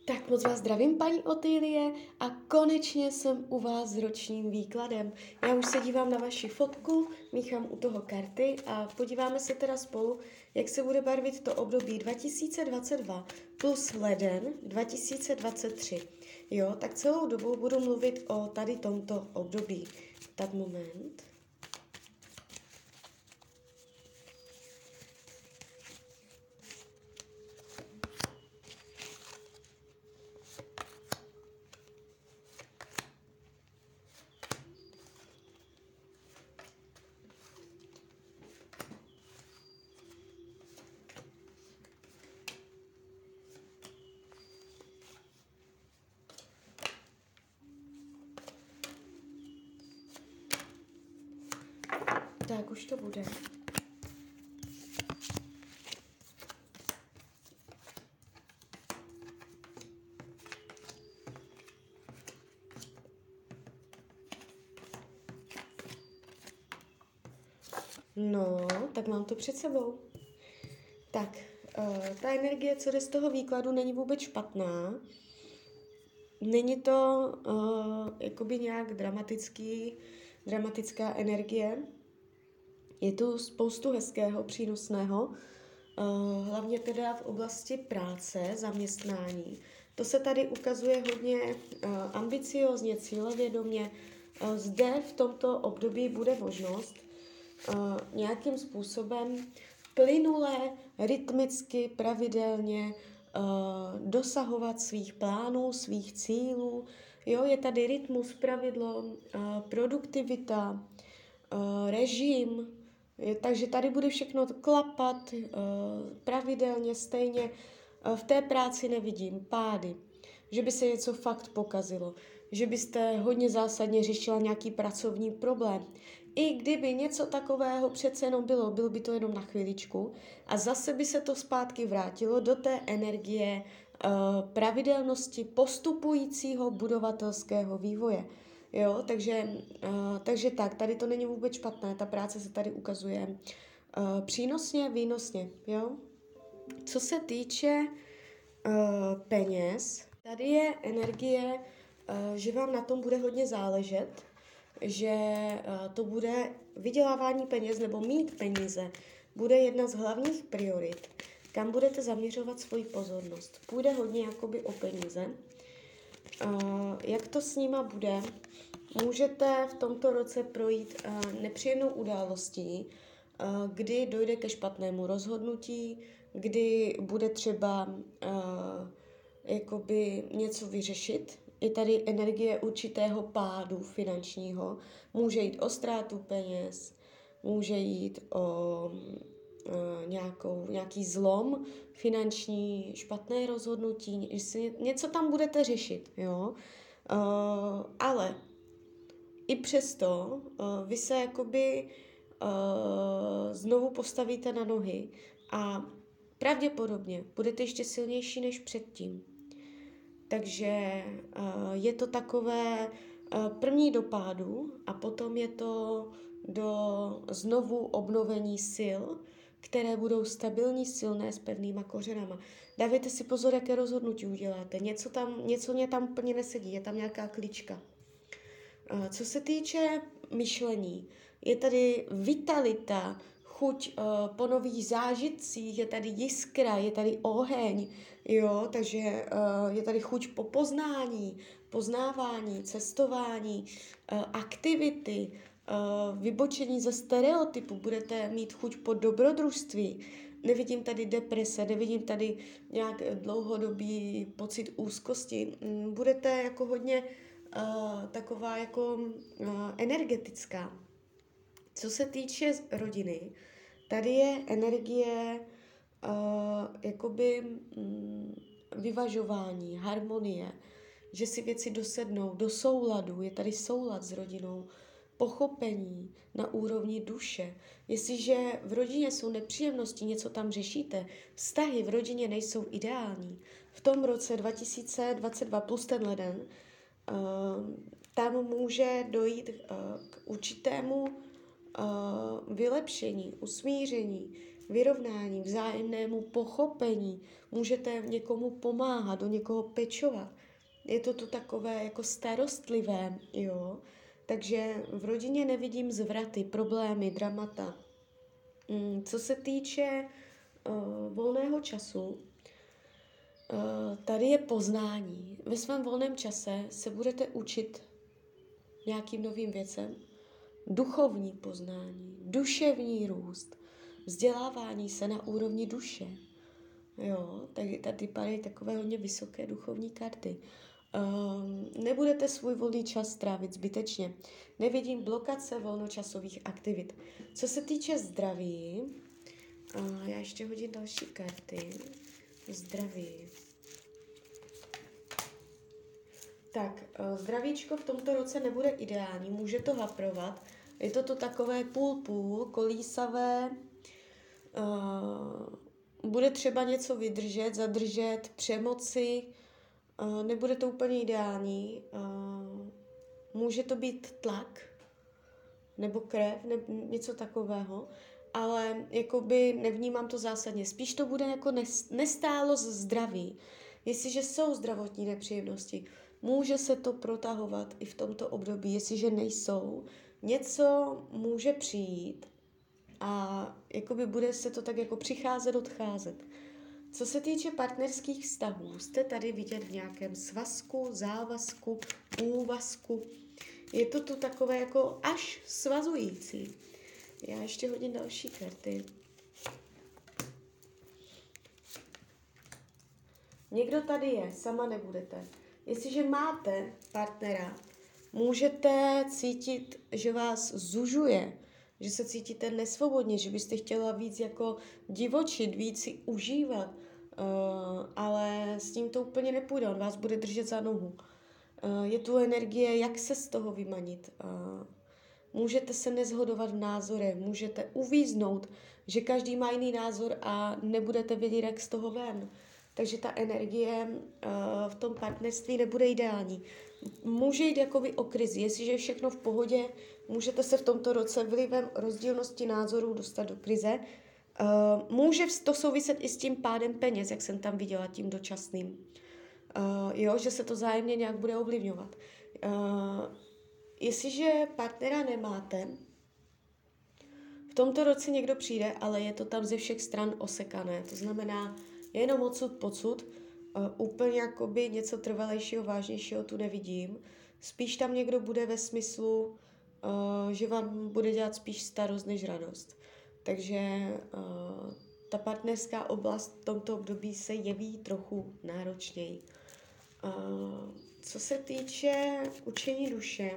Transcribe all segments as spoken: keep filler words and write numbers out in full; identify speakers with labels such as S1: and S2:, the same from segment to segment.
S1: Tak moc vás zdravím, paní Otýlie, a konečně jsem u vás s ročním výkladem. Já už se dívám na vaši fotku, míchám u toho karty a podíváme se teda spolu, jak se bude barvit to období dva tisíce dvacet dva plus leden dva tisíce dvacet tři. Jo, tak celou dobu budu mluvit o tady tomto období. Tak moment. Tak už to bude. No, tak mám to před sebou. Tak, uh, ta energie, co jde z toho výkladu, není vůbec špatná. Není to uh, jakoby nějak dramatický, dramatická energie. Je tu spoustu hezkého, přínosného, uh, hlavně teda v oblasti práce, zaměstnání. To se tady ukazuje hodně uh, ambiciozně, cílevědomě. Uh, zde v tomto období bude možnost uh, nějakým způsobem plynule, rytmicky, pravidelně uh, dosahovat svých plánů, svých cílů. Jo, je tady rytmus, pravidlo, uh, produktivita, uh, režim, je, takže tady bude všechno klapat uh, pravidelně, stejně. Uh, v té práci nevidím pády, že by se něco fakt pokazilo, že byste hodně zásadně řešila nějaký pracovní problém. I kdyby něco takového přece jenom bylo, bylo by to jenom na chviličku a zase by se to zpátky vrátilo do té energie uh, pravidelnosti postupujícího budovatelského vývoje. Jo, takže, uh, takže tak, tady to není vůbec špatné, ta práce se tady ukazuje uh, přínosně, výnosně. Jo? Co se týče uh, peněz, tady je energie, uh, že vám na tom bude hodně záležet, že uh, to bude vydělávání peněz nebo mít peníze, bude jedna z hlavních priorit, kam budete zaměřovat svoji pozornost. Půjde hodně jakoby o peníze. Uh, jak to s nima bude? Můžete v tomto roce projít uh, nepříjemnou událostí, uh, kdy dojde ke špatnému rozhodnutí, kdy bude třeba uh, jakoby něco vyřešit. Je tady energie určitého pádu finančního. Může jít o ztrátu peněz, může jít o uh, nějakou, nějaký zlom finanční, špatné rozhodnutí, jestli něco tam budete řešit, jo. Uh, ale i přesto uh, vy se jakoby uh, znovu postavíte na nohy a pravděpodobně budete ještě silnější než předtím. Takže uh, je to takové uh, první do pádu a potom je to do znovu obnovení sil, které budou stabilní, silné, s pevnýma kořenama. Dávejte si pozor, jaké rozhodnutí uděláte. Něco tam, něco mě tam úplně nesedí, je tam nějaká klička. Uh, co se týče myšlení, je tady vitalita, chuť uh, po nových zážitcích, je tady jiskra, je tady oheň, jo, takže uh, je tady chuť po poznání, poznávání, cestování, uh, aktivity, uh, vybočení ze stereotypu, budete mít chuť po dobrodružství. Nevidím tady deprese, nevidím tady nějak dlouhodobý pocit úzkosti. Mm, Budete jako hodně uh, taková jako uh, energetická. Co se týče rodiny, tady je energie uh, jakoby mm, vyvažování, harmonie, že si věci dosednou, do souladu, je tady soulad s rodinou, pochopení na úrovni duše. Jestliže v rodině jsou nepříjemnosti, něco tam řešíte, vztahy v rodině nejsou ideální, v tom roce dva tisíce dvacet dva plus ten leden, uh, tam může dojít uh, k určitému uh, vylepšení, usmíření, vyrovnání, vzájemnému pochopení. Můžete někomu pomáhat, do někoho pečovat. Je to tu takové jako starostlivé, jo. Takže v rodině nevidím zvraty, problémy, dramata. Mm, co se týče uh, volného času, uh, tady je poznání. Ve svém volném čase se budete učit nějakým novým věcem, duchovní poznání, duševní růst, vzdělávání se na úrovni duše. Jo, takže tady padají takové hodně vysoké duchovní karty. Um, nebudete svůj volný čas trávit zbytečně. Nevidím blokace volnočasových aktivit. Co se týče zdraví, uh, já ještě hodím další karty. Zdraví. Tak, uh, zdravíčko v tomto roce nebude ideální, může to haprovat. Je to to takové půl-půl, kolísavé. Uh, bude třeba něco vydržet, zadržet, přemoci. Uh, nebude to úplně ideální. Uh, může to být tlak nebo krev, ne, něco takového, ale jakoby nevnímám to zásadně. Spíš to bude jako nestálost zdraví. Jestliže jsou zdravotní nepříjemnosti, může se to protahovat i v tomto období. Jestliže nejsou, něco může přijít a jakoby bude se to tak jako přicházet, odcházet. Co se týče partnerských vztahů, jste tady vidět v nějakém svazku, závazku, úvazku. Je to tu takové jako až svazující. Já ještě hodím další karty. Někdo tady je, sama nebudete. Jestliže máte partnera, můžete cítit, že vás zužuje, že se cítíte nesvobodně, že byste chtěla víc jako divočit, víc si užívat, uh, ale s tím to úplně nepůjde, on vás bude držet za nohu. Uh, je tu energie, jak se z toho vymanit. Uh, můžete se neshodovat v názore, můžete uvíznout, že každý má jiný názor a nebudete vědět, jak z toho ven. Takže ta energie uh, v tom partnerství nebude ideální. Může jít jakoby o krizi. Jestliže je všechno v pohodě, můžete se v tomto roce vlivem rozdílnosti názorů dostat do krize. Uh, může to souviset i s tím pádem peněz, jak jsem tam viděla, tím dočasným. Uh, jo, že se to zájemně nějak bude ovlivňovat. Uh, jestliže partnera nemáte, v tomto roce někdo přijde, ale je to tam ze všech stran osekané. To znamená, jenom odsud pocud, uh, úplně jakoby něco trvalejšího, vážnějšího tu nevidím. Spíš tam někdo bude ve smyslu, uh, že vám bude dělat spíš starost než radost. Takže uh, ta partnerská oblast v tomto období se jeví trochu náročněji. Uh, co se týče učení duše,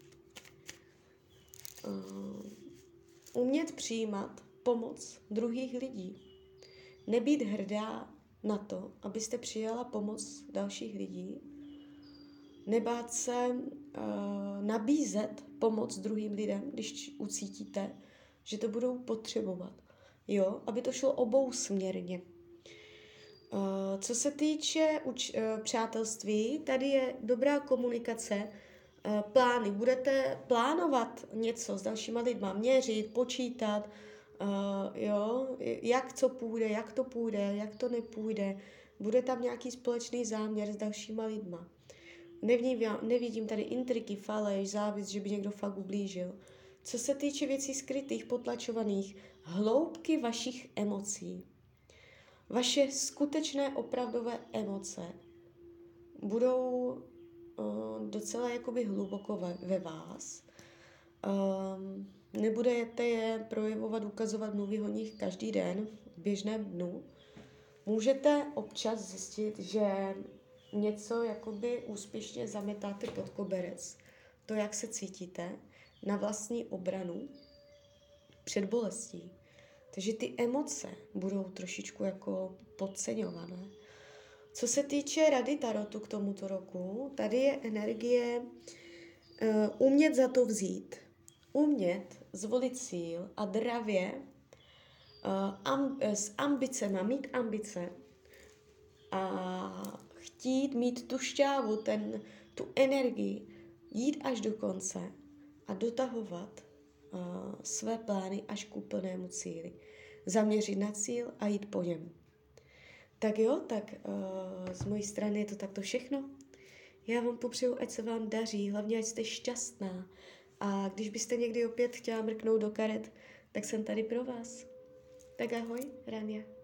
S1: uh, umět přijímat pomoc druhých lidí. Nebýt hrdá na to, abyste přijala pomoc dalších lidí. Nebát se uh, nabízet pomoc druhým lidem, když ucítíte, že to budou potřebovat. Jo, aby to šlo obousměrně. Uh, co se týče uč- uh, přátelství, tady je dobrá komunikace, uh, plány. Budete plánovat něco s dalšíma lidma, měřit, počítat, Uh, jo, jak co půjde, jak to půjde, jak to nepůjde. Bude tam nějaký společný záměr s dalšíma lidma. Nevidím, nevidím tady intriky, faleš, závis, že by někdo fakt ublížil. Co se týče věcí skrytých, potlačovaných, hloubky vašich emocí, vaše skutečné opravdové emoce budou uh, docela jakoby hluboko ve, ve vás. Um, Nebudete je projevovat, ukazovat, mluvit o nich každý den, v běžném dnu. Můžete občas zjistit, že něco jakoby úspěšně zametáte pod koberec. To, jak se cítíte, na vlastní obranu před bolestí. Takže ty emoce budou trošičku jako podceňované. Co se týče rady tarotu k tomuto roku, tady je energie uh, umět za to vzít. Umět zvolit cíl a dravě uh, amb, s ambicema, mít ambice a chtít mít tu šťávu, ten, tu energii, jít až do konce a dotahovat uh, své plány až k úplnému cíli. Zaměřit na cíl a jít po něm. Tak jo, tak uh, z mojí strany je to takto všechno. Já vám popřeju, ať se vám daří, hlavně ať jste šťastná. A když byste někdy opět chtěla mrknout do karet, tak jsem tady pro vás. Tak ahoj, Rania.